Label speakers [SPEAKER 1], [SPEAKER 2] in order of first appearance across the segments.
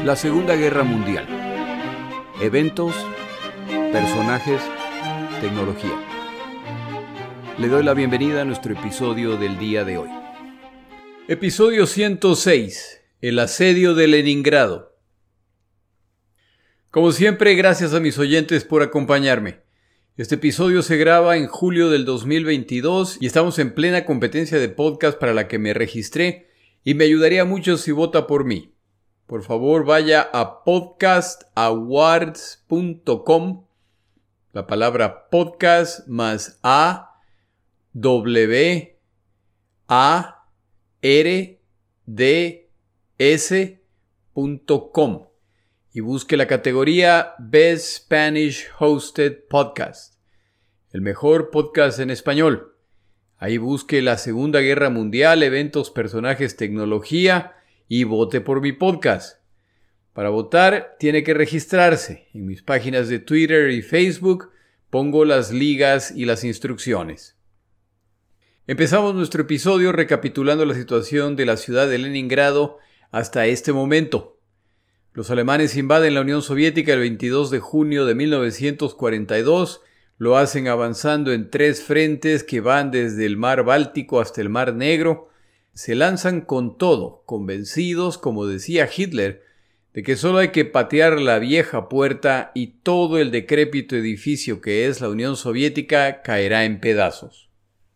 [SPEAKER 1] La Segunda Guerra Mundial. Eventos, personajes, tecnología. Le doy la bienvenida a nuestro episodio del día de hoy. Episodio 106. El asedio de Leningrado. Como siempre, gracias a mis oyentes por acompañarme. Este episodio se graba en julio del 2022 y estamos en plena competencia de podcast para la que me registré y me ayudaría mucho si vota por mí. Por favor, vaya a podcastawards.com, la palabra podcast más AWARDS.com y busque la categoría Best Spanish Hosted Podcast, el mejor podcast en español. Ahí busque la Segunda Guerra Mundial, eventos, personajes, tecnología y vote por mi podcast. Para votar tiene que registrarse. En mis páginas de Twitter y Facebook pongo las ligas y las instrucciones. Empezamos nuestro episodio recapitulando la situación de la ciudad de Leningrado hasta este momento. Los alemanes invaden la Unión Soviética el 22 de junio de 1942. Lo hacen avanzando en 3 frentes que van desde el mar Báltico hasta el mar Negro. Se lanzan con todo, convencidos, como decía Hitler, de que solo hay que patear la vieja puerta y todo el decrépito edificio que es la Unión Soviética caerá en pedazos.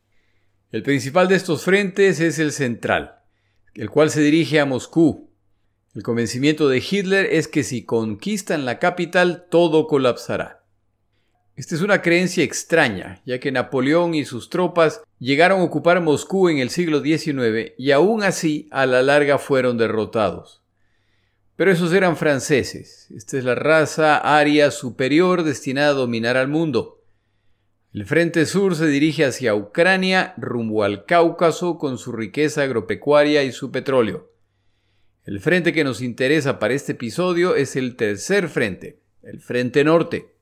[SPEAKER 1] El principal de estos frentes es el central, el cual se dirige a Moscú. El convencimiento de Hitler es que si conquistan la capital, todo colapsará. Esta es una creencia extraña, ya que Napoleón y sus tropas llegaron a ocupar Moscú en el siglo XIX y aún así a la larga fueron derrotados. Pero esos eran franceses. Esta es la raza aria superior destinada a dominar al mundo. El frente sur se dirige hacia Ucrania, rumbo al Cáucaso con su riqueza agropecuaria y su petróleo. El frente que nos interesa para este episodio es el tercer frente, el frente norte.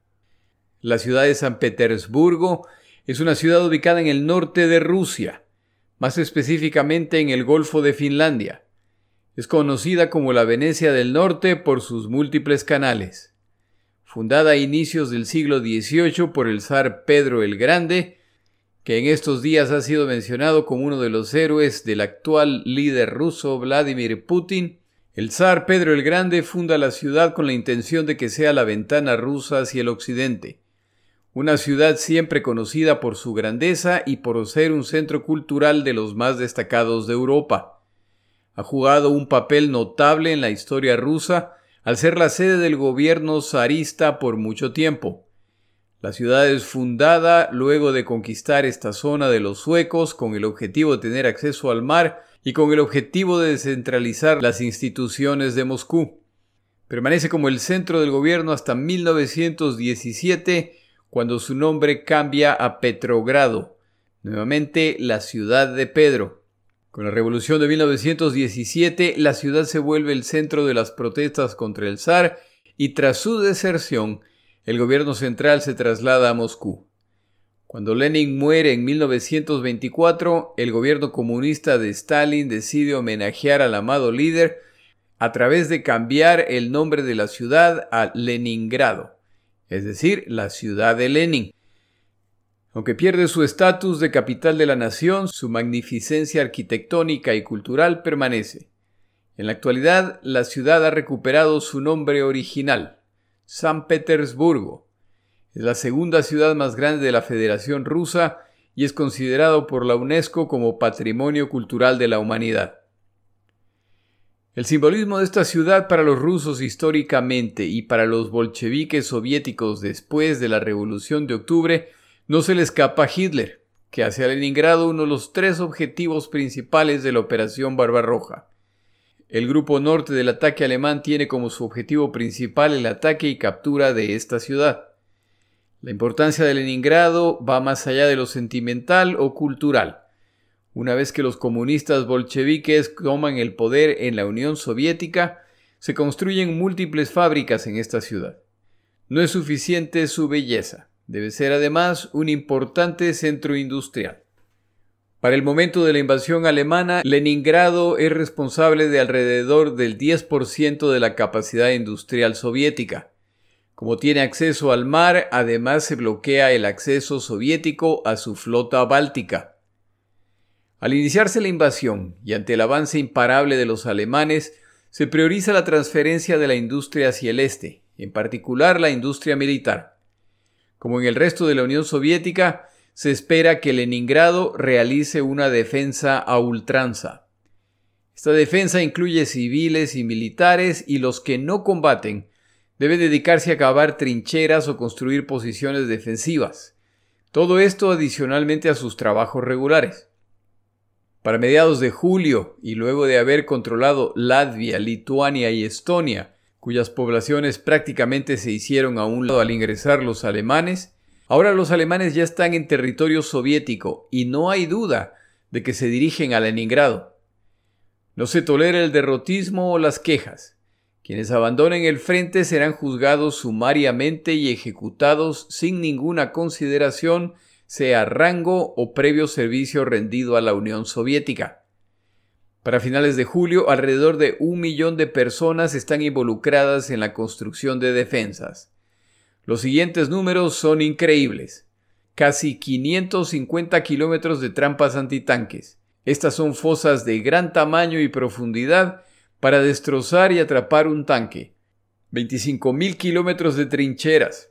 [SPEAKER 1] La ciudad de San Petersburgo es una ciudad ubicada en el norte de Rusia, más específicamente en el Golfo de Finlandia. Es conocida como la Venecia del Norte por sus múltiples canales. Fundada a inicios del siglo XVIII por el zar Pedro el Grande, que en estos días ha sido mencionado como uno de los héroes del actual líder ruso Vladimir Putin, el zar Pedro el Grande funda la ciudad con la intención de que sea la ventana rusa hacia el occidente. Una ciudad siempre conocida por su grandeza y por ser un centro cultural de los más destacados de Europa. Ha jugado un papel notable en la historia rusa al ser la sede del gobierno zarista por mucho tiempo. La ciudad es fundada luego de conquistar esta zona de los suecos con el objetivo de tener acceso al mar y con el objetivo de descentralizar las instituciones de Moscú. Permanece como el centro del gobierno hasta 1917, cuando su nombre cambia a Petrogrado, nuevamente la ciudad de Pedro. Con la revolución de 1917, la ciudad se vuelve el centro de las protestas contra el zar y tras su deserción, el gobierno central se traslada a Moscú. Cuando Lenin muere en 1924, el gobierno comunista de Stalin decide homenajear al amado líder a través de cambiar el nombre de la ciudad a Leningrado, es decir, la ciudad de Lenin. Aunque pierde su estatus de capital de la nación, su magnificencia arquitectónica y cultural permanece. En la actualidad, la ciudad ha recuperado su nombre original, San Petersburgo. Es la segunda ciudad más grande de la Federación Rusa y es considerado por la UNESCO como Patrimonio Cultural de la Humanidad. El simbolismo de esta ciudad para los rusos históricamente y para los bolcheviques soviéticos después de la Revolución de Octubre no se le escapa a Hitler, que hace a Leningrado uno de los 3 objetivos principales de la Operación Barbarroja. El grupo norte del ataque alemán tiene como su objetivo principal el ataque y captura de esta ciudad. La importancia de Leningrado va más allá de lo sentimental o cultural. Una vez que los comunistas bolcheviques toman el poder en la Unión Soviética, se construyen múltiples fábricas en esta ciudad. No es suficiente su belleza, debe ser además un importante centro industrial. Para el momento de la invasión alemana, Leningrado es responsable de alrededor del 10% de la capacidad industrial soviética. Como tiene acceso al mar, además se bloquea el acceso soviético a su flota báltica. Al iniciarse la invasión y ante el avance imparable de los alemanes, se prioriza la transferencia de la industria hacia el este, en particular la industria militar. Como en el resto de la Unión Soviética, se espera que Leningrado realice una defensa a ultranza. Esta defensa incluye civiles y militares, y los que no combaten deben dedicarse a cavar trincheras o construir posiciones defensivas. Todo esto adicionalmente a sus trabajos regulares. Para mediados de julio, y luego de haber controlado Latvia, Lituania y Estonia, cuyas poblaciones prácticamente se hicieron a un lado al ingresar los alemanes, ahora los alemanes ya están en territorio soviético y no hay duda de que se dirigen a Leningrado. No se tolera el derrotismo o las quejas. Quienes abandonen el frente serán juzgados sumariamente y ejecutados sin ninguna consideración, sea rango o previo servicio rendido a la Unión Soviética. Para finales de julio, alrededor de 1 millón de personas están involucradas en la construcción de defensas. Los siguientes números son increíbles. Casi 550 kilómetros de trampas antitanques. Estas son fosas de gran tamaño y profundidad para destrozar y atrapar un tanque. 25.000 kilómetros de trincheras.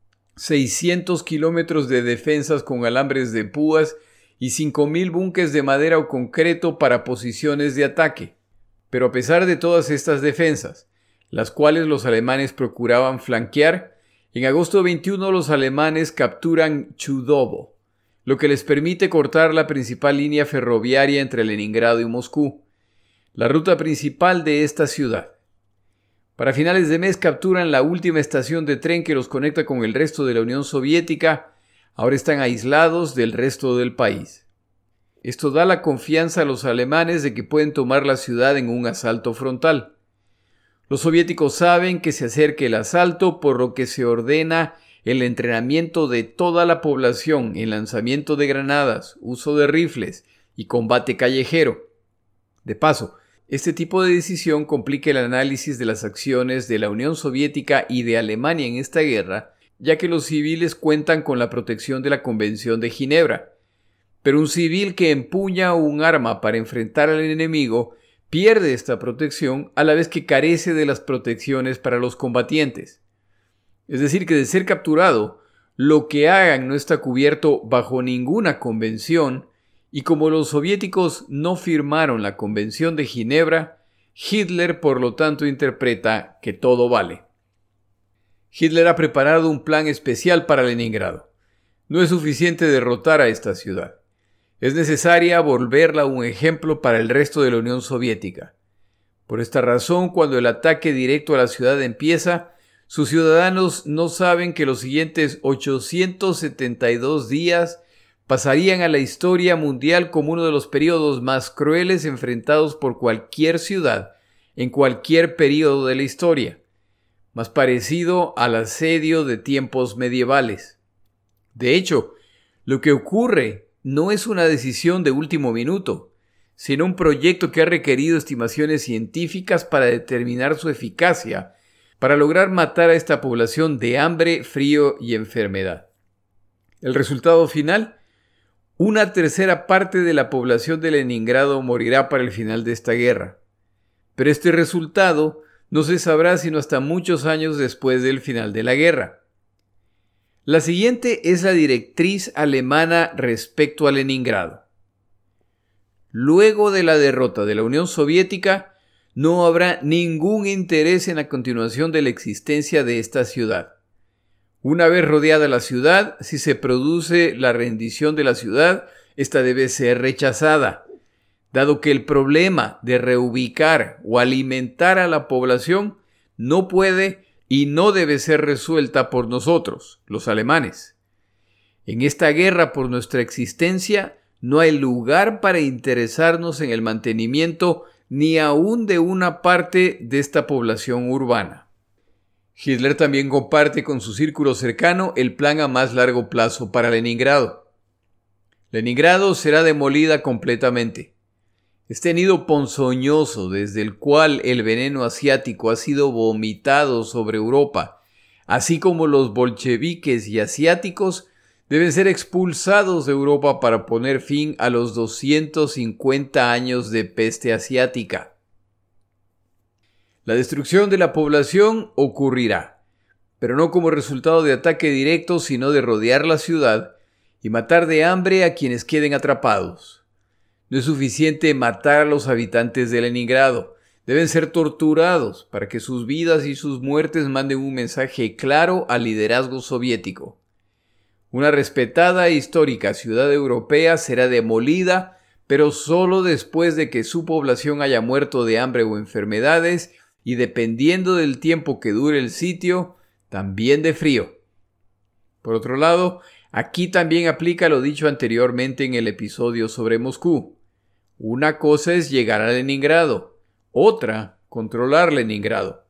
[SPEAKER 1] 600 kilómetros de defensas con alambres de púas y 5.000 búnkeres de madera o concreto para posiciones de ataque. Pero a pesar de todas estas defensas, las cuales los alemanes procuraban flanquear, en agosto 21 los alemanes capturan Chudovo, lo que les permite cortar la principal línea ferroviaria entre Leningrado y Moscú, la ruta principal de esta ciudad. Para finales de mes capturan la última estación de tren que los conecta con el resto de la Unión Soviética. Ahora están aislados del resto del país. Esto da la confianza a los alemanes de que pueden tomar la ciudad en un asalto frontal. Los soviéticos saben que se acerca el asalto, por lo que se ordena el entrenamiento de toda la población en lanzamiento de granadas, uso de rifles y combate callejero. De paso, este tipo de decisión complica el análisis de las acciones de la Unión Soviética y de Alemania en esta guerra, ya que los civiles cuentan con la protección de la Convención de Ginebra. Pero un civil que empuña un arma para enfrentar al enemigo pierde esta protección, a la vez que carece de las protecciones para los combatientes. Es decir, que de ser capturado, lo que hagan no está cubierto bajo ninguna convención, y como los soviéticos no firmaron la Convención de Ginebra, Hitler por lo tanto interpreta que todo vale. Hitler ha preparado un plan especial para Leningrado. No es suficiente derrotar a esta ciudad. Es necesaria volverla un ejemplo para el resto de la Unión Soviética. Por esta razón, cuando el ataque directo a la ciudad empieza, sus ciudadanos no saben que los siguientes 872 días pasarían a la historia mundial como uno de los periodos más crueles enfrentados por cualquier ciudad en cualquier periodo de la historia, más parecido al asedio de tiempos medievales. De hecho, lo que ocurre no es una decisión de último minuto, sino un proyecto que ha requerido estimaciones científicas para determinar su eficacia, para lograr matar a esta población de hambre, frío y enfermedad. El resultado final: 1/3 parte de la población de Leningrado morirá para el final de esta guerra. Pero este resultado no se sabrá sino hasta muchos años después del final de la guerra. La siguiente es la directriz alemana respecto a Leningrado. Luego de la derrota de la Unión Soviética, no habrá ningún interés en la continuación de la existencia de esta ciudad. Una vez rodeada la ciudad, si se produce la rendición de la ciudad, esta debe ser rechazada, dado que el problema de reubicar o alimentar a la población no puede y no debe ser resuelta por nosotros, los alemanes. En esta guerra por nuestra existencia, no hay lugar para interesarnos en el mantenimiento ni aún de una parte de esta población urbana. Hitler también comparte con su círculo cercano el plan a más largo plazo para Leningrado. Leningrado será demolida completamente. Este nido ponzoñoso desde el cual el veneno asiático ha sido vomitado sobre Europa, así como los bolcheviques y asiáticos, deben ser expulsados de Europa para poner fin a los 250 años de peste asiática. La destrucción de la población ocurrirá, pero no como resultado de ataque directo, sino de rodear la ciudad y matar de hambre a quienes queden atrapados. No es suficiente matar a los habitantes de Leningrado. Deben ser torturados para que sus vidas y sus muertes manden un mensaje claro al liderazgo soviético. Una respetada e histórica ciudad europea será demolida, pero solo después de que su población haya muerto de hambre o enfermedades y, dependiendo del tiempo que dure el sitio, también de frío. Por otro lado, aquí también aplica lo dicho anteriormente en el episodio sobre Moscú. Una cosa es llegar a Leningrado, otra, controlar Leningrado.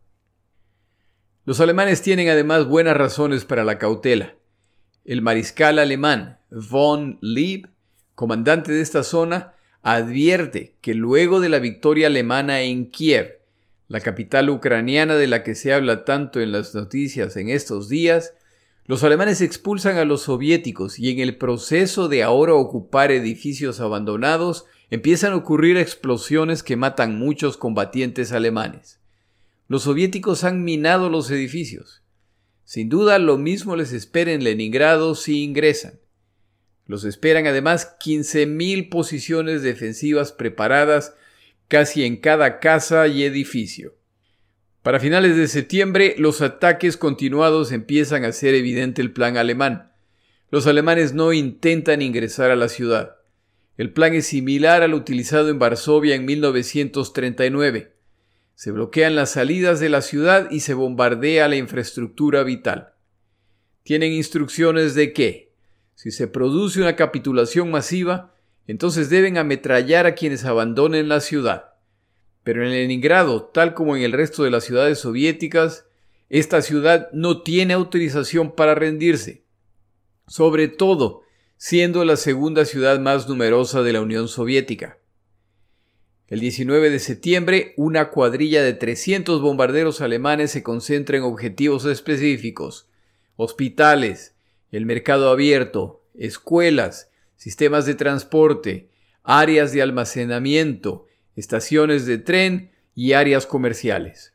[SPEAKER 1] Los alemanes tienen además buenas razones para la cautela. El mariscal alemán von Lieb, comandante de esta zona, advierte que luego de la victoria alemana en Kiev, la capital ucraniana de la que se habla tanto en las noticias en estos días, los alemanes expulsan a los soviéticos y en el proceso de ahora ocupar edificios abandonados empiezan a ocurrir explosiones que matan muchos combatientes alemanes. Los soviéticos han minado los edificios. Sin duda lo mismo les espera en Leningrado si ingresan. Los esperan además 15.000 posiciones defensivas preparadas casi en cada casa y edificio. Para finales de septiembre, los ataques continuados empiezan a hacer evidente el plan alemán. Los alemanes no intentan ingresar a la ciudad. El plan es similar al utilizado en Varsovia en 1939. Se bloquean las salidas de la ciudad y se bombardea la infraestructura vital. Tienen instrucciones de que, si se produce una capitulación masiva, entonces deben ametrallar a quienes abandonen la ciudad. Pero en Leningrado, tal como en el resto de las ciudades soviéticas, esta ciudad no tiene autorización para rendirse, sobre todo siendo la segunda ciudad más numerosa de la Unión Soviética. El 19 de septiembre, una cuadrilla de 300 bombarderos alemanes se concentra en objetivos específicos: hospitales, el mercado abierto, escuelas, sistemas de transporte, áreas de almacenamiento, estaciones de tren y áreas comerciales.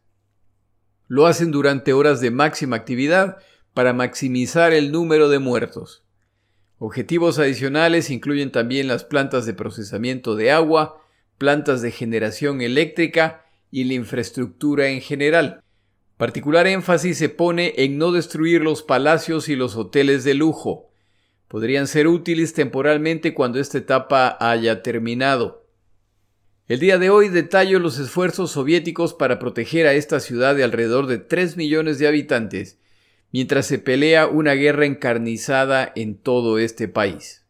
[SPEAKER 1] Lo hacen durante horas de máxima actividad para maximizar el número de muertos. Objetivos adicionales incluyen también las plantas de procesamiento de agua, plantas de generación eléctrica y la infraestructura en general. Particular énfasis se pone en no destruir los palacios y los hoteles de lujo. Podrían ser útiles temporalmente cuando esta etapa haya terminado. El día de hoy detallo los esfuerzos soviéticos para proteger a esta ciudad de alrededor de 3 millones de habitantes, mientras se pelea una guerra encarnizada en todo este país.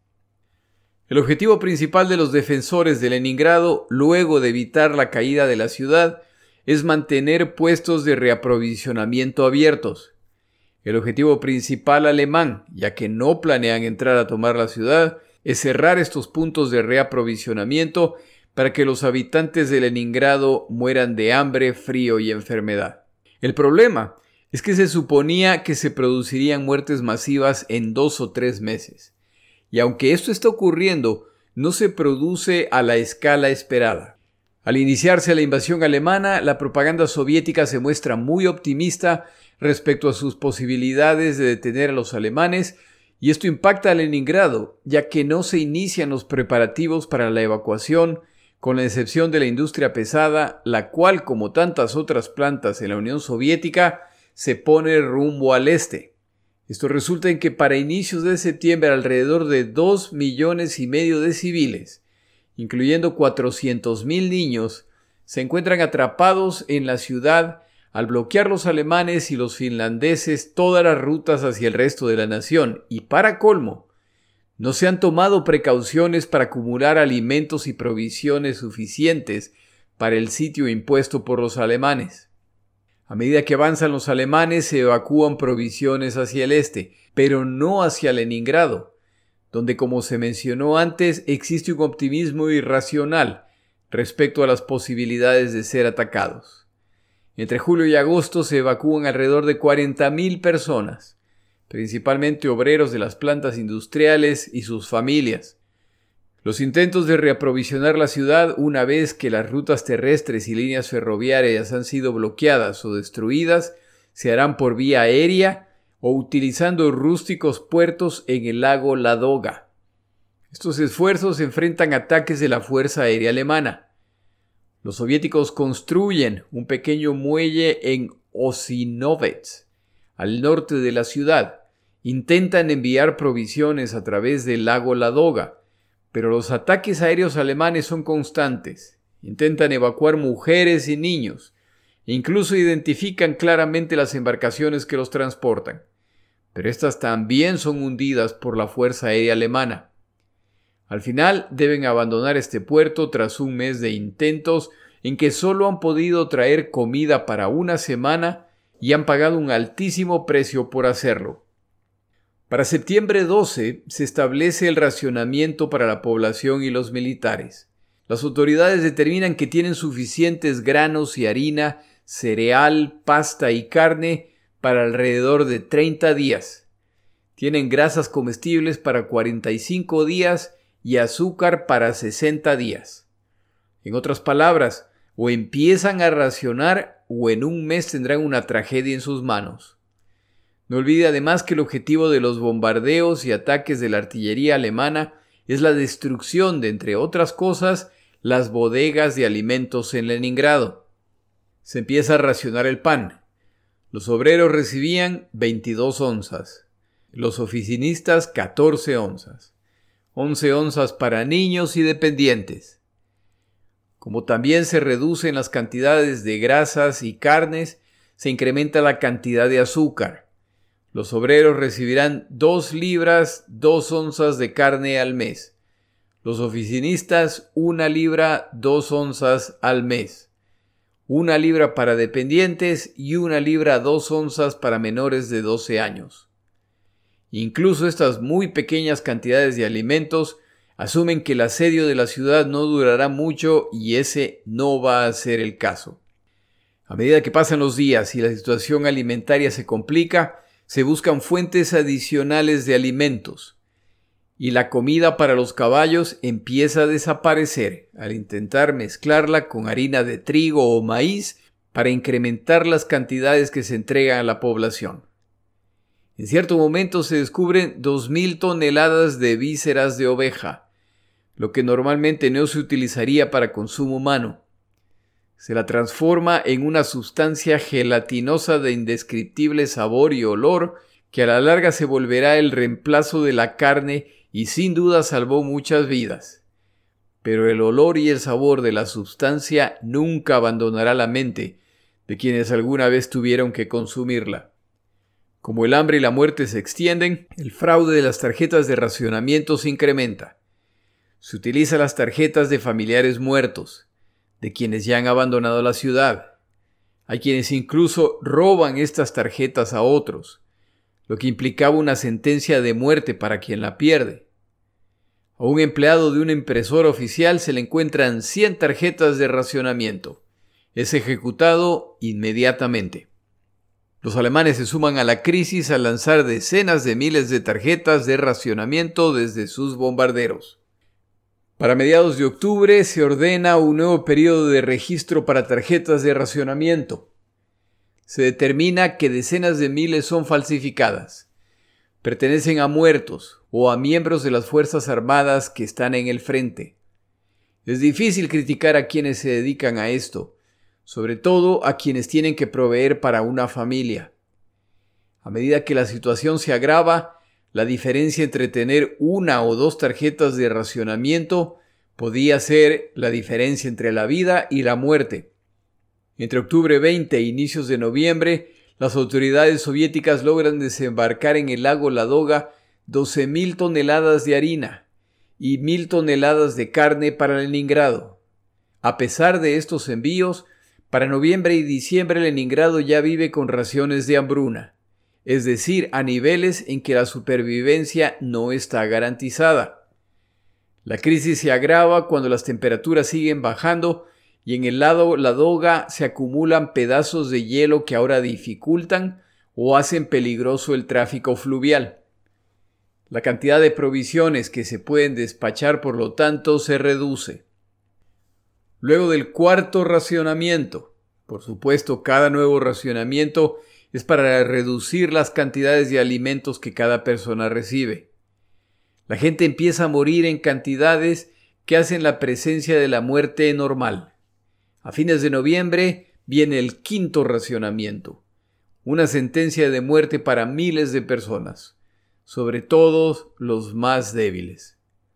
[SPEAKER 1] El objetivo principal de los defensores de Leningrado, luego de evitar la caída de la ciudad, es mantener puestos de reaprovisionamiento abiertos. El objetivo principal alemán, ya que no planean entrar a tomar la ciudad, es cerrar estos puntos de reaprovisionamiento para que los habitantes de Leningrado mueran de hambre, frío y enfermedad. El problema es que se suponía que se producirían muertes masivas en 2 o 3 meses. Y aunque esto está ocurriendo, no se produce a la escala esperada. Al iniciarse la invasión alemana, la propaganda soviética se muestra muy optimista respecto a sus posibilidades de detener a los alemanes, y esto impacta a Leningrado, ya que no se inician los preparativos para la evacuación, con la excepción de la industria pesada, la cual, como tantas otras plantas en la Unión Soviética, se pone rumbo al este. Esto resulta en que para inicios de septiembre alrededor de 2,5 millones de civiles, incluyendo 400,000 niños, se encuentran atrapados en la ciudad al bloquear los alemanes y los finlandeses todas las rutas hacia el resto de la nación. Y para colmo, no se han tomado precauciones para acumular alimentos y provisiones suficientes para el sitio impuesto por los alemanes. A medida que avanzan los alemanes, se evacúan provisiones hacia el este, pero no hacia Leningrado. donde, como se mencionó antes, existe un optimismo irracional respecto a las posibilidades de ser atacados. Entre julio y agosto se evacúan alrededor de 40,000 personas, principalmente obreros de las plantas industriales y sus familias. Los intentos de reaprovisionar la ciudad una vez que las rutas terrestres y líneas ferroviarias han sido bloqueadas o destruidas se harán por vía aérea o utilizando rústicos puertos en el lago Ladoga. Estos esfuerzos enfrentan ataques de la Fuerza Aérea Alemana. Los soviéticos construyen un pequeño muelle en Osinovets, al norte de la ciudad. Intentan enviar provisiones a través del lago Ladoga, pero los ataques aéreos alemanes son constantes. Intentan evacuar mujeres y niños. Incluso identifican claramente las embarcaciones que los transportan. Pero estas también son hundidas por la Fuerza Aérea Alemana. Al final deben abandonar este puerto tras un mes de intentos en que solo han podido traer comida para una semana y han pagado un altísimo precio por hacerlo. Para septiembre 12 se establece el racionamiento para la población y los militares. Las autoridades determinan que tienen suficientes granos y harina, cereal, pasta y carne para alrededor de 30 días. Tienen grasas comestibles para 45 días y azúcar para 60 días. En otras palabras, o empiezan a racionar o en un mes tendrán una tragedia en sus manos. No olvide además que el objetivo de los bombardeos y ataques de la artillería alemana es la destrucción de, entre otras cosas, las bodegas de alimentos en Leningrado. Se empieza a racionar el pan. Los obreros recibían 22 onzas, los oficinistas 14 onzas, 11 onzas para niños y dependientes. Como también se reducen las cantidades de grasas y carnes, se incrementa la cantidad de azúcar. Los obreros recibirán 2 libras, 2 onzas de carne al mes. Los oficinistas 1 libra, 2 onzas al mes. 1 libra para dependientes y 1 libra, 2 onzas para menores de 12 años. Incluso estas muy pequeñas cantidades de alimentos asumen que el asedio de la ciudad no durará mucho y ese no va a ser el caso. A medida que pasan los días y la situación alimentaria se complica, se buscan fuentes adicionales de alimentos y la comida para los caballos empieza a desaparecer al intentar mezclarla con harina de trigo o maíz para incrementar las cantidades que se entregan a la población. En cierto momento se descubren 2,000 toneladas de vísceras de oveja, lo que normalmente no se utilizaría para consumo humano. Se la transforma en una sustancia gelatinosa de indescriptible sabor y olor que a la larga se volverá el reemplazo de la carne y sin duda salvó muchas vidas. Pero el olor y el sabor de la sustancia nunca abandonará la mente de quienes alguna vez tuvieron que consumirla. Como el hambre y la muerte se extienden, el fraude de las tarjetas de racionamiento se incrementa. Se utilizan las tarjetas de familiares muertos, de quienes ya han abandonado la ciudad. Hay quienes incluso roban estas tarjetas a otros, lo que implicaba una sentencia de muerte para quien la pierde. A un empleado de una impresora oficial se le encuentran 100 tarjetas de racionamiento. Es ejecutado inmediatamente. Los alemanes se suman a la crisis al lanzar decenas de miles de tarjetas de racionamiento desde sus bombarderos. Para mediados de octubre se ordena un nuevo periodo de registro para tarjetas de racionamiento. Se determina que decenas de miles son falsificadas. Pertenecen a muertos o a miembros de las Fuerzas Armadas que están en el frente. Es difícil criticar a quienes se dedican a esto, sobre todo a quienes tienen que proveer para una familia. A medida que la situación se agrava, la diferencia entre tener 1 o 2 tarjetas de racionamiento podía ser la diferencia entre la vida y la muerte. Entre octubre 20 e inicios de noviembre, las autoridades soviéticas logran desembarcar en el lago Ladoga 12,000 toneladas de harina y 1,000 toneladas de carne para Leningrado. A pesar de estos envíos, para noviembre y diciembre Leningrado ya vive con raciones de hambruna. es decir, a niveles en que la supervivencia no está garantizada. La crisis se agrava cuando las temperaturas siguen bajando y en el lado Ladoga se acumulan pedazos de hielo que ahora dificultan o hacen peligroso el tráfico fluvial. La cantidad de provisiones que se pueden despachar, por lo tanto, se reduce. Luego del cuarto racionamiento, por supuesto, cada nuevo racionamiento es para reducir las cantidades de alimentos que cada persona recibe. La gente empieza a morir en cantidades que hacen la presencia de la muerte normal. A fines de noviembre viene el quinto racionamiento, una sentencia de muerte para miles de personas, sobre todo los más débiles.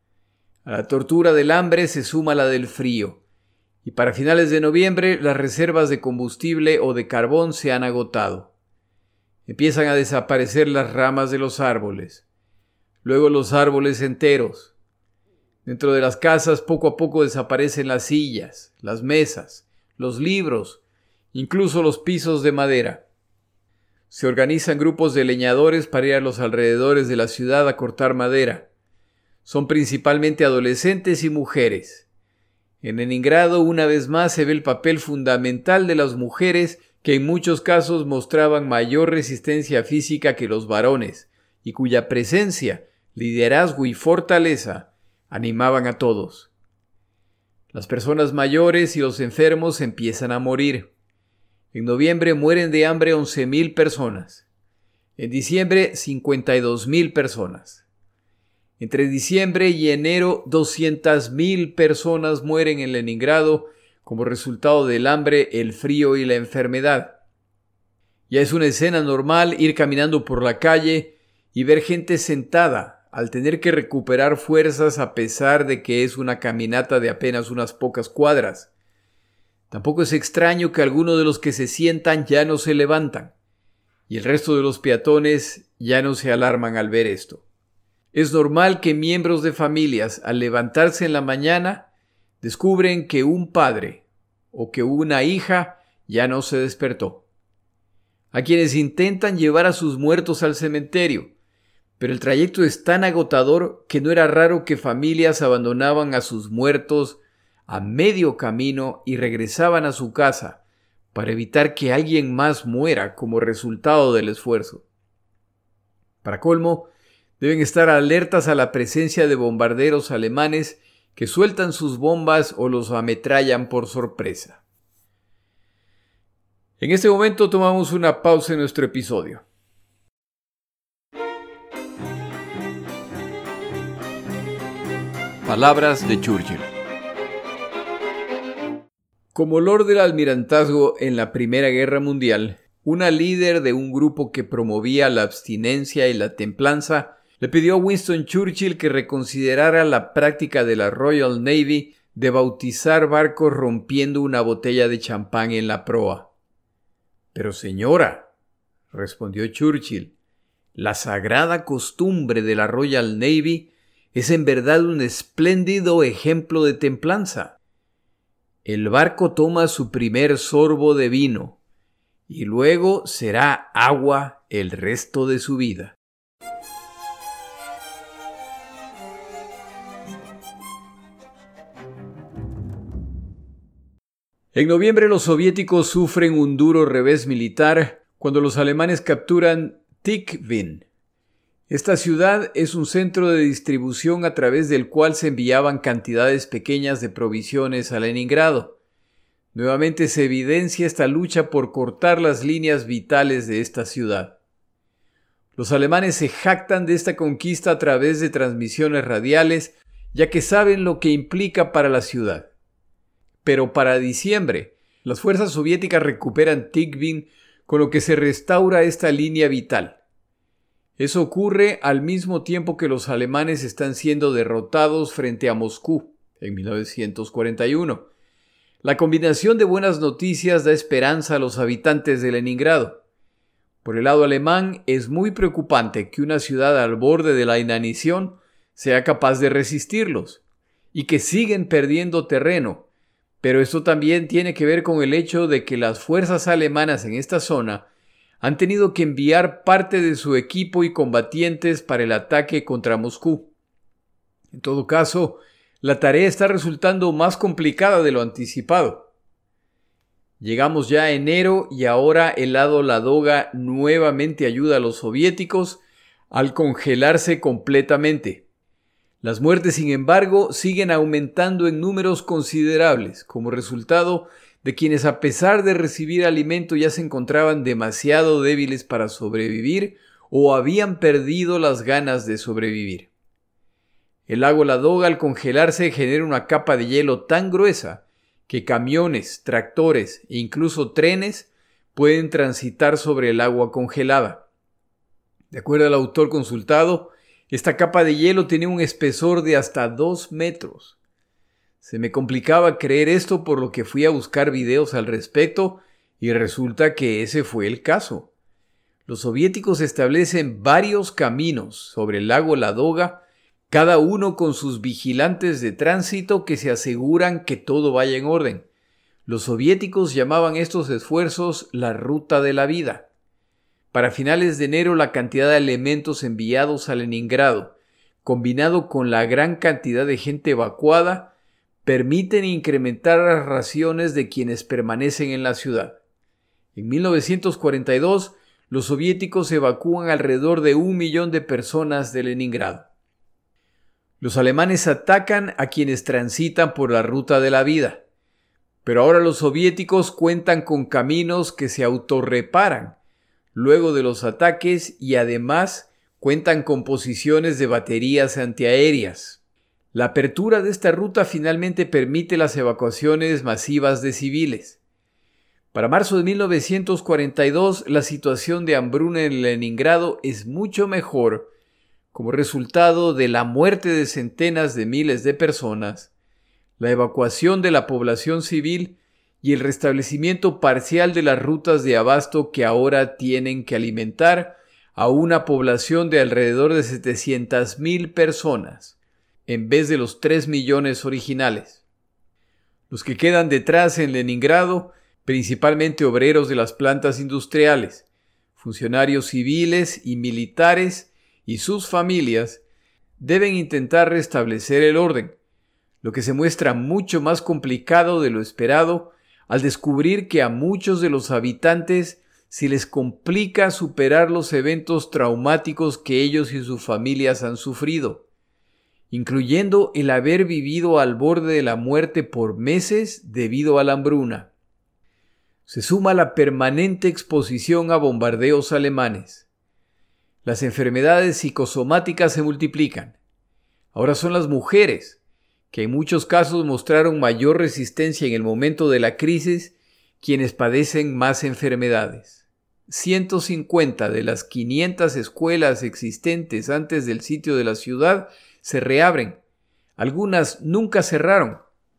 [SPEAKER 1] A la tortura del hambre se suma la del frío, y para finales de noviembre las reservas de combustible o de carbón se han agotado. Empiezan a desaparecer las ramas de los árboles, luego los árboles enteros. Dentro de las casas poco a poco desaparecen las sillas, las mesas, los libros, incluso los pisos de madera. Se organizan grupos de leñadores para ir a los alrededores de la ciudad a cortar madera. Son principalmente adolescentes y mujeres. En Leningrado, una vez más, se ve el papel fundamental de las mujeres que en muchos casos mostraban mayor resistencia física que los varones y cuya presencia, liderazgo y fortaleza animaban a todos. Las personas mayores y los enfermos empiezan a morir. En noviembre mueren de hambre 11.000 personas. En diciembre, 52.000 personas. Entre diciembre y enero, 200.000 personas mueren en Leningrado como resultado del hambre, el frío y la enfermedad. Ya es una escena normal ir caminando por la calle y ver gente sentada al tener que recuperar fuerzas a pesar de que es una caminata de apenas unas pocas cuadras. Tampoco es extraño que algunos de los que se sientan ya no se levantan, y el resto de los peatones ya no se alarman al ver esto. Es normal que miembros de familias, al levantarse en la mañana, descubren que un padre o que una hija ya no se despertó. A quienes intentan llevar a sus muertos al cementerio, pero el trayecto es tan agotador que no era raro que familias abandonaban a sus muertos a medio camino y regresaban a su casa para evitar que alguien más muera como resultado del esfuerzo. Para colmo, deben estar alertas a la presencia de bombarderos alemanes que sueltan sus bombas o los ametrallan por sorpresa. En este momento tomamos una pausa en nuestro episodio. Palabras de Churchill. Como Lord del Almirantazgo en la Primera Guerra Mundial, una líder de un grupo que promovía la abstinencia y la templanza le pidió a Winston Churchill que reconsiderara la práctica de la Royal Navy de bautizar barcos rompiendo una botella de champán en la proa. «Pero señora», respondió Churchill, «la sagrada costumbre de la Royal Navy es en verdad un espléndido ejemplo de templanza. El barco toma su primer sorbo de vino y luego será agua el resto de su vida». En noviembre los soviéticos sufren un duro revés militar cuando los alemanes capturan Tikhvin. Esta ciudad es un centro de distribución a través del cual se enviaban cantidades pequeñas de provisiones a Leningrado. Nuevamente se evidencia esta lucha por cortar las líneas vitales de esta ciudad. Los alemanes se jactan de esta conquista a través de transmisiones radiales, ya que saben lo que implica para la ciudad. Pero para diciembre, las fuerzas soviéticas recuperan Tikhvin, con lo que se restaura esta línea vital. Eso ocurre al mismo tiempo que los alemanes están siendo derrotados frente a Moscú en 1941. La combinación de buenas noticias da esperanza a los habitantes de Leningrado. Por el lado alemán, es muy preocupante que una ciudad al borde de la inanición sea capaz de resistirlos y que siguen perdiendo terreno. Pero esto también tiene que ver con el hecho de que las fuerzas alemanas en esta zona han tenido que enviar parte de su equipo y combatientes para el ataque contra Moscú. En todo caso, la tarea está resultando más complicada de lo anticipado. Llegamos ya a enero y ahora el lado Ladoga nuevamente ayuda a los soviéticos al congelarse completamente. Las muertes, sin embargo, siguen aumentando en números considerables, como resultado de quienes, a pesar de recibir alimento, ya se encontraban demasiado débiles para sobrevivir o habían perdido las ganas de sobrevivir. El lago Ladoga, al congelarse, genera una capa de hielo tan gruesa que camiones, tractores e incluso trenes pueden transitar sobre el agua congelada. De acuerdo al autor consultado, esta capa de hielo tenía un espesor de hasta 2 metros. Se me complicaba creer esto, por lo que fui a buscar videos al respecto y resulta que ese fue el caso. Los soviéticos establecen varios caminos sobre el lago Ladoga, cada uno con sus vigilantes de tránsito que se aseguran que todo vaya en orden. Los soviéticos llamaban estos esfuerzos la ruta de la vida. Para finales de enero, la cantidad de alimentos enviados a Leningrado, combinado con la gran cantidad de gente evacuada, permiten incrementar las raciones de quienes permanecen en la ciudad. En 1942, los soviéticos evacúan alrededor de 1 millón de personas de Leningrado. Los alemanes atacan a quienes transitan por la ruta de la vida, pero ahora los soviéticos cuentan con caminos que se autorreparan luego de los ataques y además cuentan con posiciones de baterías antiaéreas. La apertura de esta ruta finalmente permite las evacuaciones masivas de civiles. Para marzo de 1942, la situación de hambruna en Leningrado es mucho mejor como resultado de la muerte de centenas de miles de personas, la evacuación de la población civil y el restablecimiento parcial de las rutas de abasto que ahora tienen que alimentar a una población de alrededor de 700,000 personas, en vez de los 3 millones originales. Los que quedan detrás en Leningrado, principalmente obreros de las plantas industriales, funcionarios civiles y militares y sus familias, deben intentar restablecer el orden, lo que se muestra mucho más complicado de lo esperado al descubrir que a muchos de los habitantes se les complica superar los eventos traumáticos que ellos y sus familias han sufrido, incluyendo el haber vivido al borde de la muerte por meses debido a la hambruna. Se suma la permanente exposición a bombardeos alemanes. Las enfermedades psicosomáticas se multiplican. Ahora son las mujeres, que en muchos casos mostraron mayor resistencia en el momento de la crisis, quienes padecen más enfermedades. 150 de las 500 escuelas existentes antes del sitio de la ciudad se reabren. Algunas nunca cerraron.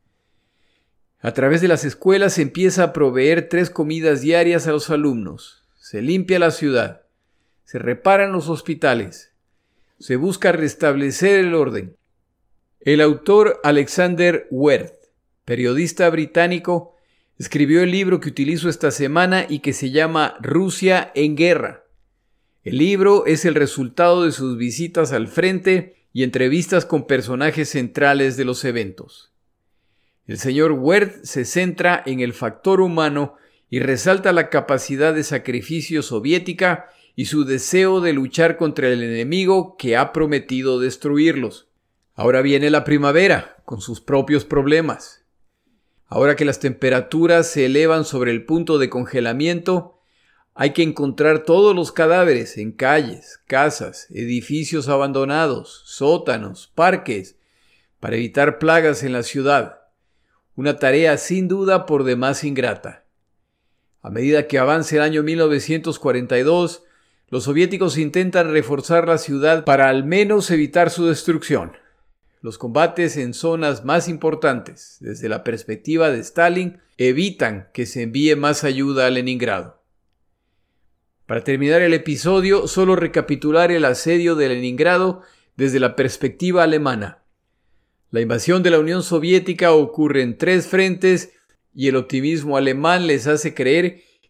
[SPEAKER 1] A través de las escuelas se empieza a proveer 3 comidas diarias a los alumnos. Se limpia la ciudad. Se reparan los hospitales. Se busca restablecer el orden. El autor Alexander Werth, periodista británico, escribió el libro que utilizo esta semana y que se llama Rusia en guerra. El libro es el resultado de sus visitas al frente y entrevistas con personajes centrales de los eventos. El señor Werth se centra en el factor humano y resalta la capacidad de sacrificio soviética y su deseo de luchar contra el enemigo que ha prometido destruirlos. Ahora viene la primavera, con sus propios problemas. Ahora que las temperaturas se elevan sobre el punto de congelamiento, hay que encontrar todos los cadáveres en calles, casas, edificios abandonados, sótanos, parques, para evitar plagas en la ciudad. Una tarea sin duda por demás ingrata. A medida que avance el año 1942, los soviéticos intentan reforzar la ciudad para al menos evitar su destrucción. Los combates en zonas más importantes, desde la perspectiva de Stalin, evitan que se envíe más ayuda a Leningrado. Para terminar el episodio, solo recapitular el asedio de Leningrado desde la perspectiva alemana. La invasión de la Unión Soviética ocurre en 3 frentes y el optimismo alemán les hace creer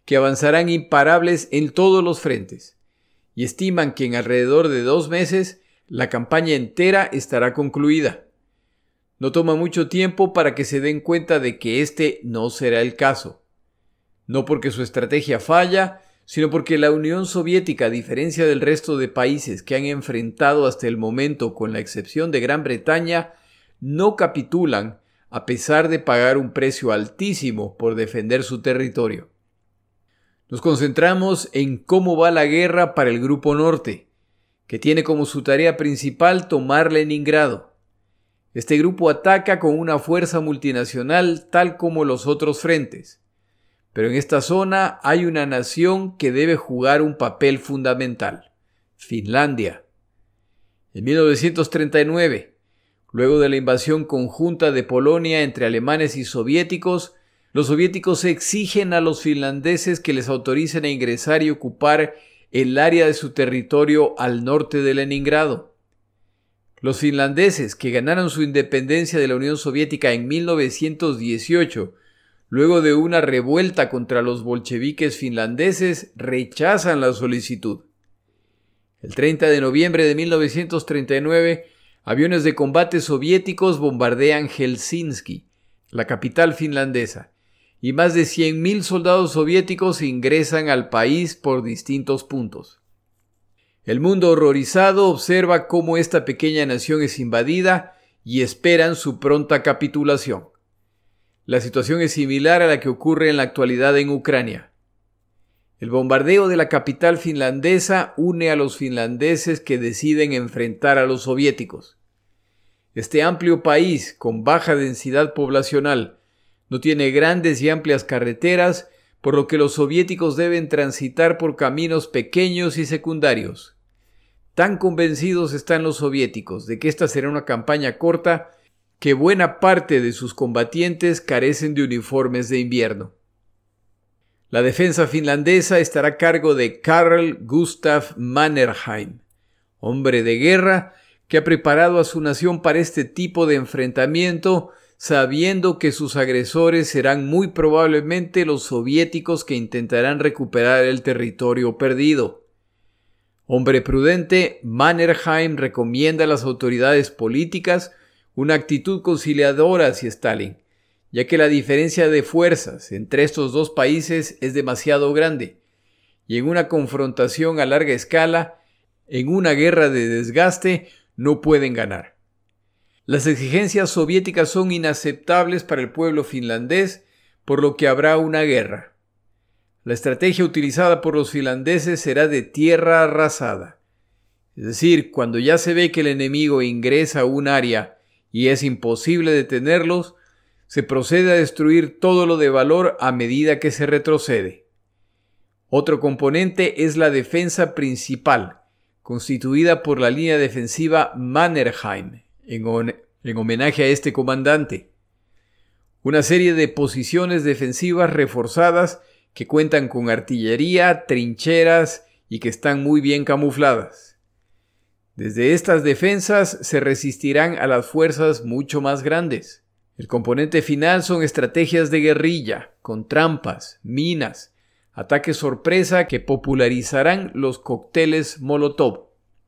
[SPEAKER 1] que avanzarán imparables en todos los frentes, y estiman que en alrededor de 2 meses la campaña entera estará concluida. No toma mucho tiempo para que se den cuenta de que este no será el caso. No porque su estrategia falla, sino porque la Unión Soviética, a diferencia del resto de países que han enfrentado hasta el momento, con la excepción de Gran Bretaña, no capitulan a pesar de pagar un precio altísimo por defender su territorio. Nos concentramos en cómo va la guerra para el Grupo Norte, que tiene como su tarea principal tomar Leningrado. Este grupo ataca con una fuerza multinacional tal como los otros frentes. Pero en esta zona hay una nación que debe jugar un papel fundamental: Finlandia. En 1939, luego de la invasión conjunta de Polonia entre alemanes y soviéticos, los soviéticos exigen a los finlandeses que les autoricen a ingresar y ocupar el área de su territorio al norte de Leningrado. Los finlandeses, que ganaron su independencia de la Unión Soviética en 1918, luego de una revuelta contra los bolcheviques finlandeses, rechazan la solicitud. El 30 de noviembre de 1939, aviones de combate soviéticos bombardean Helsinki, la capital finlandesa, y más de 100.000 soldados soviéticos ingresan al país por distintos puntos. El mundo horrorizado observa cómo esta pequeña nación es invadida y esperan su pronta capitulación. La situación es similar a la que ocurre en la actualidad en Ucrania. El bombardeo de la capital finlandesa une a los finlandeses que deciden enfrentar a los soviéticos. Este amplio país, con baja densidad poblacional, no tiene grandes y amplias carreteras, por lo que los soviéticos deben transitar por caminos pequeños y secundarios. Tan convencidos están los soviéticos de que esta será una campaña corta que buena parte de sus combatientes carecen de uniformes de invierno. La defensa finlandesa estará a cargo de Carl Gustaf Mannerheim, hombre de guerra que ha preparado a su nación para este tipo de enfrentamiento, sabiendo que sus agresores serán muy probablemente los soviéticos que intentarán recuperar el territorio perdido. Hombre prudente, Mannerheim recomienda a las autoridades políticas una actitud conciliadora hacia Stalin, ya que la diferencia de fuerzas entre estos dos países es demasiado grande, y en una confrontación a larga escala, en una guerra de desgaste, no pueden ganar. Las exigencias soviéticas son inaceptables para el pueblo finlandés, por lo que habrá una guerra. La estrategia utilizada por los finlandeses será de tierra arrasada. Es decir, cuando ya se ve que el enemigo ingresa a un área y es imposible detenerlos, se procede a destruir todo lo de valor a medida que se retrocede. Otro componente es la defensa principal, constituida por la línea defensiva Mannerheim, en homenaje a este comandante. Una serie de posiciones defensivas reforzadas que cuentan con artillería, trincheras y que están muy bien camufladas. Desde estas defensas se resistirán a las fuerzas mucho más grandes. El componente final son estrategias de guerrilla, con trampas, minas, ataques sorpresa que popularizarán los cócteles Molotov.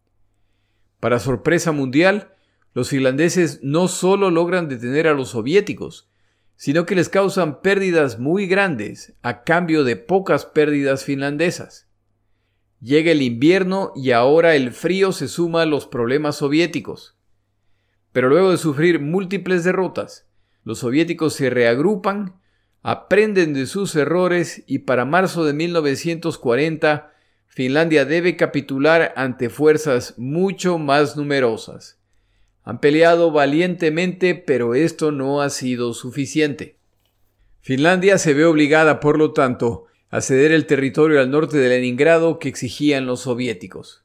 [SPEAKER 1] Para sorpresa mundial, los finlandeses no solo logran detener a los soviéticos, sino que les causan pérdidas muy grandes a cambio de pocas pérdidas finlandesas. Llega el invierno y ahora el frío se suma a los problemas soviéticos. Pero luego de sufrir múltiples derrotas, los soviéticos se reagrupan, aprenden de sus errores y para marzo de 1940, Finlandia debe capitular ante fuerzas mucho más numerosas. Han peleado valientemente, pero esto no ha sido suficiente. Finlandia se ve obligada, por lo tanto, a ceder el territorio al norte de Leningrado que exigían los soviéticos.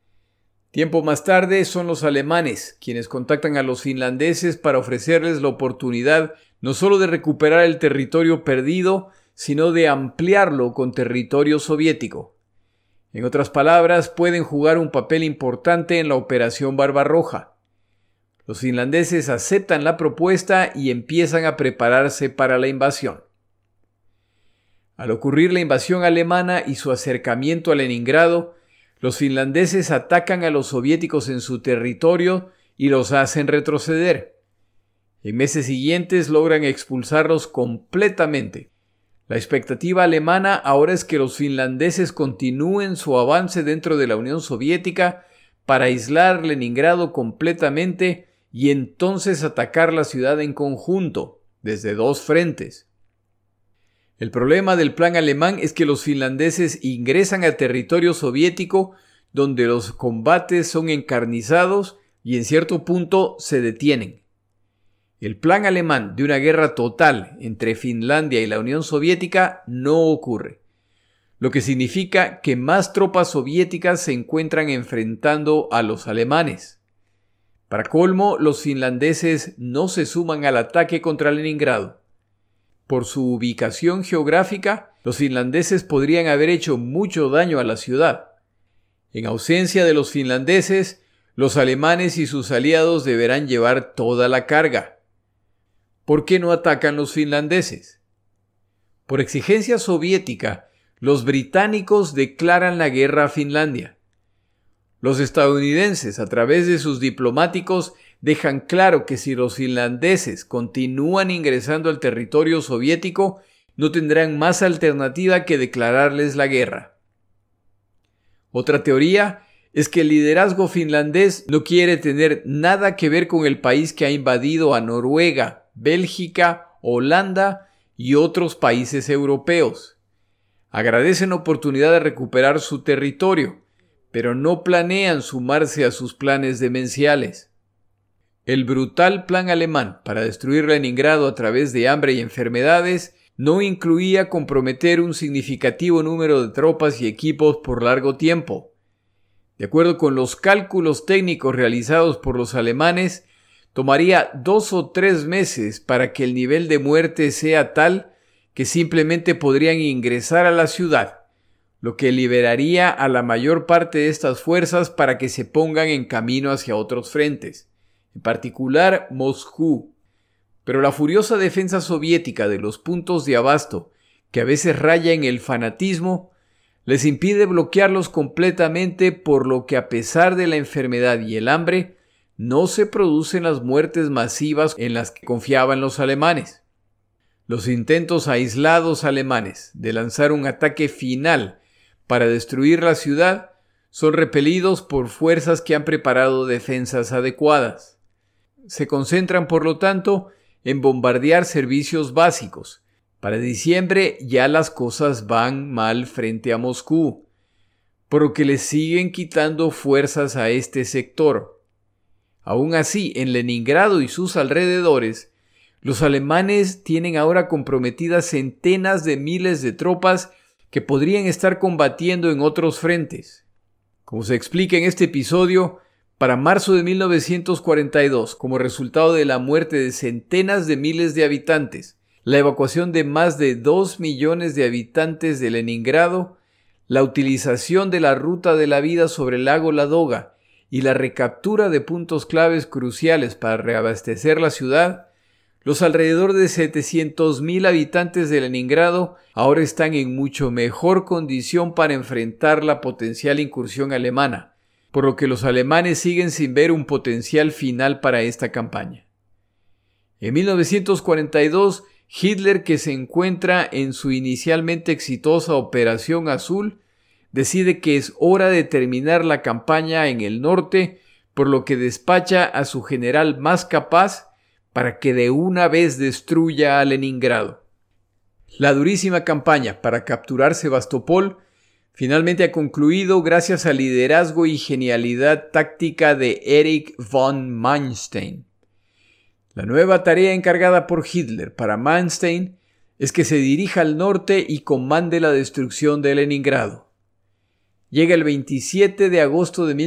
[SPEAKER 1] Tiempo más tarde son los alemanes quienes contactan a los finlandeses para ofrecerles la oportunidad no solo de recuperar el territorio perdido, sino de ampliarlo con territorio soviético. En otras palabras, pueden jugar un papel importante en la Operación Barbarroja. Los finlandeses aceptan la propuesta y empiezan a prepararse para la invasión. Al ocurrir la invasión alemana y su acercamiento a Leningrado, los finlandeses atacan a los soviéticos en su territorio y los hacen retroceder. En meses siguientes logran expulsarlos completamente. La expectativa alemana ahora es que los finlandeses continúen su avance dentro de la Unión Soviética para aislar Leningrado completamente y entonces atacar la ciudad en conjunto, desde dos frentes. El problema del plan alemán es que los finlandeses ingresan a territorio soviético donde los combates son encarnizados y en cierto punto se detienen. El plan alemán de una guerra total entre Finlandia y la Unión Soviética no ocurre, lo que significa que más tropas soviéticas se encuentran enfrentando a los alemanes. Para colmo, los finlandeses no se suman al ataque contra Leningrado. Por su ubicación geográfica, los finlandeses podrían haber hecho mucho daño a la ciudad. En ausencia de los finlandeses, los alemanes y sus aliados deberán llevar toda la carga. ¿Por qué no atacan los finlandeses? Por exigencia soviética, los británicos declaran la guerra a Finlandia. Los estadounidenses, a través de sus diplomáticos, dejan claro que si los finlandeses continúan ingresando al territorio soviético, no tendrán más alternativa que declararles la guerra. Otra teoría es que el liderazgo finlandés no quiere tener nada que ver con el país que ha invadido a Noruega, Bélgica, Holanda y otros países europeos. Agradecen la oportunidad de recuperar su territorio, pero no planean sumarse a sus planes demenciales. El brutal plan alemán para destruir Leningrado a través de hambre y enfermedades no incluía comprometer un significativo número de tropas y equipos por largo tiempo. De acuerdo con los cálculos técnicos realizados por los alemanes, tomaría 2 o 3 meses para que el nivel de muerte sea tal que simplemente podrían ingresar a la ciudad, lo que liberaría a la mayor parte de estas fuerzas para que se pongan en camino hacia otros frentes, en particular Moscú. Pero la furiosa defensa soviética de los puntos de abasto, que a veces raya en el fanatismo, les impide bloquearlos completamente, por lo que a pesar de la enfermedad y el hambre, no se producen las muertes masivas en las que confiaban los alemanes. Los intentos aislados alemanes de lanzar un ataque final para destruir la ciudad son repelidos por fuerzas que han preparado defensas adecuadas. Se concentran, por lo tanto, en bombardear servicios básicos. Para diciembre ya las cosas van mal frente a Moscú, por lo que le siguen quitando fuerzas a este sector. Aún así, en Leningrado y sus alrededores, los alemanes tienen ahora comprometidas centenas de miles de tropas que podrían estar combatiendo en otros frentes. Como se explica en este episodio, para marzo de 1942, como resultado de la muerte de centenas de miles de habitantes, la evacuación de más de 2 millones de habitantes de Leningrado, la utilización de la ruta de la vida sobre el lago Ladoga y la recaptura de puntos claves cruciales para reabastecer la ciudad, los alrededor de 700,000 habitantes de Leningrado ahora están en mucho mejor condición para enfrentar la potencial incursión alemana, por lo que los alemanes siguen sin ver un potencial final para esta campaña. En 1942, Hitler, que se encuentra en su inicialmente exitosa Operación Azul, decide que es hora de terminar la campaña en el norte, por lo que despacha a su general más capaz para que de una vez destruya a Leningrado. La durísima campaña para capturar Sebastopol finalmente ha concluido gracias al liderazgo y genialidad táctica de Erich von Manstein. La nueva tarea encargada por Hitler para Manstein es que se dirija al norte y comande la destrucción de Leningrado. Llega el 27 de agosto de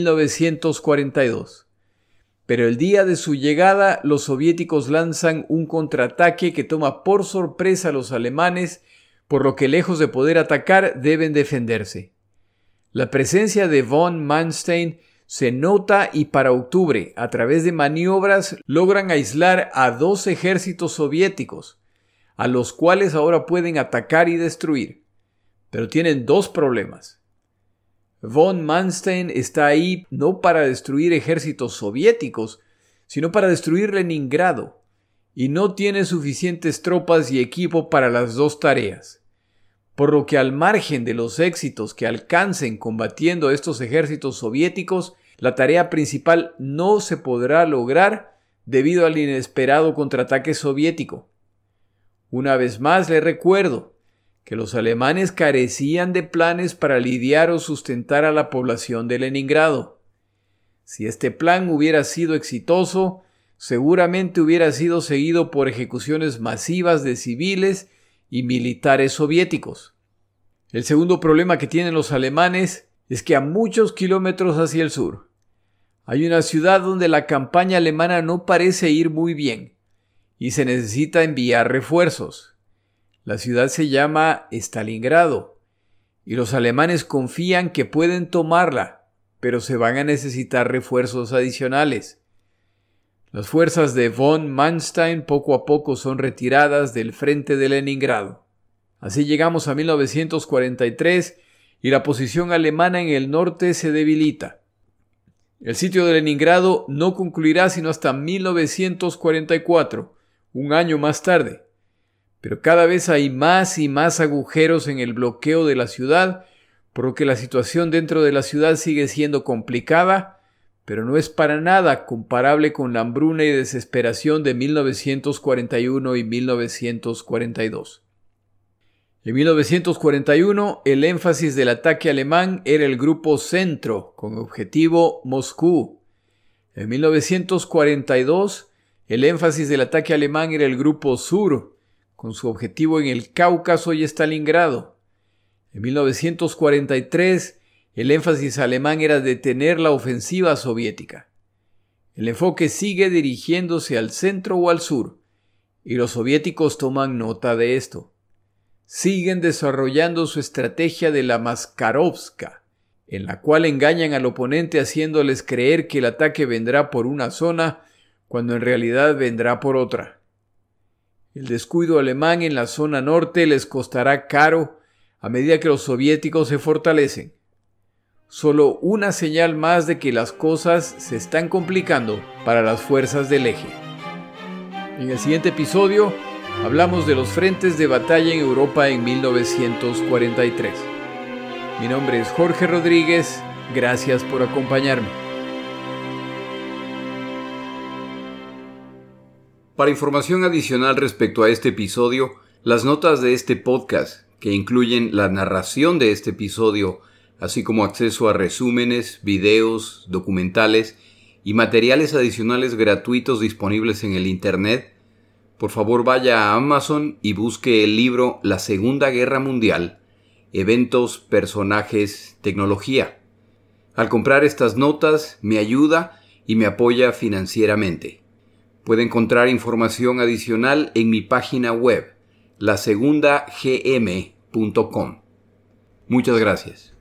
[SPEAKER 1] 1942. Pero el día de su llegada, los soviéticos lanzan un contraataque que toma por sorpresa a los alemanes, por lo que lejos de poder atacar, deben defenderse. La presencia de von Manstein se nota y para octubre, a través de maniobras, logran aislar a 2 ejércitos soviéticos, a los cuales ahora pueden atacar y destruir. Pero tienen dos problemas. Von Manstein está ahí no para destruir ejércitos soviéticos, sino para destruir Leningrado, y no tiene suficientes tropas y equipo para las dos tareas. Por lo que al margen de los éxitos que alcancen combatiendo estos ejércitos soviéticos, la tarea principal no se podrá lograr debido al inesperado contraataque soviético. Una vez más le recuerdo que los alemanes carecían de planes para lidiar o sustentar a la población de Leningrado. Si este plan hubiera sido exitoso, seguramente hubiera sido seguido por ejecuciones masivas de civiles y militares soviéticos. El segundo problema que tienen los alemanes es que a muchos kilómetros hacia el sur hay una ciudad donde la campaña alemana no parece ir muy bien y se necesita enviar refuerzos. La ciudad se llama Stalingrado y los alemanes confían que pueden tomarla, pero se van a necesitar refuerzos adicionales. Las fuerzas de von Manstein poco a poco son retiradas del frente de Leningrado. Así llegamos a 1943 y la posición alemana en el norte se debilita. El sitio de Leningrado no concluirá sino hasta 1944, un año más tarde. Pero cada vez hay más y más agujeros en el bloqueo de la ciudad, por lo que la situación dentro de la ciudad sigue siendo complicada, pero no es para nada comparable con la hambruna y desesperación de 1941 y 1942. En 1941, el énfasis del ataque alemán era el Grupo Centro, con objetivo Moscú. En 1942, el énfasis del ataque alemán era el Grupo Sur, con su objetivo en el Cáucaso y Stalingrado. En 1943, el énfasis alemán era detener la ofensiva soviética. El enfoque sigue dirigiéndose al centro o al sur, y los soviéticos toman nota de esto. Siguen desarrollando su estrategia de la Maskarovska, en la cual engañan al oponente haciéndoles creer que el ataque vendrá por una zona, cuando en realidad vendrá por otra. El descuido alemán en la zona norte les costará caro a medida que los soviéticos se fortalecen. Solo una señal más de que las cosas se están complicando para las fuerzas del eje. En el siguiente episodio hablamos de los frentes de batalla en Europa en 1943. Mi nombre es Jorge Rodríguez, gracias por acompañarme. Para información adicional respecto a este episodio, las notas de este podcast, que incluyen la narración de este episodio, así como acceso a resúmenes, videos, documentales y materiales adicionales gratuitos disponibles en el Internet, por favor vaya a Amazon y busque el libro La Segunda Guerra Mundial, Eventos, Personajes, Tecnología. Al comprar estas notas me ayuda y me apoya financieramente. Puede encontrar información adicional en mi página web, lasegundagm.com. Muchas gracias.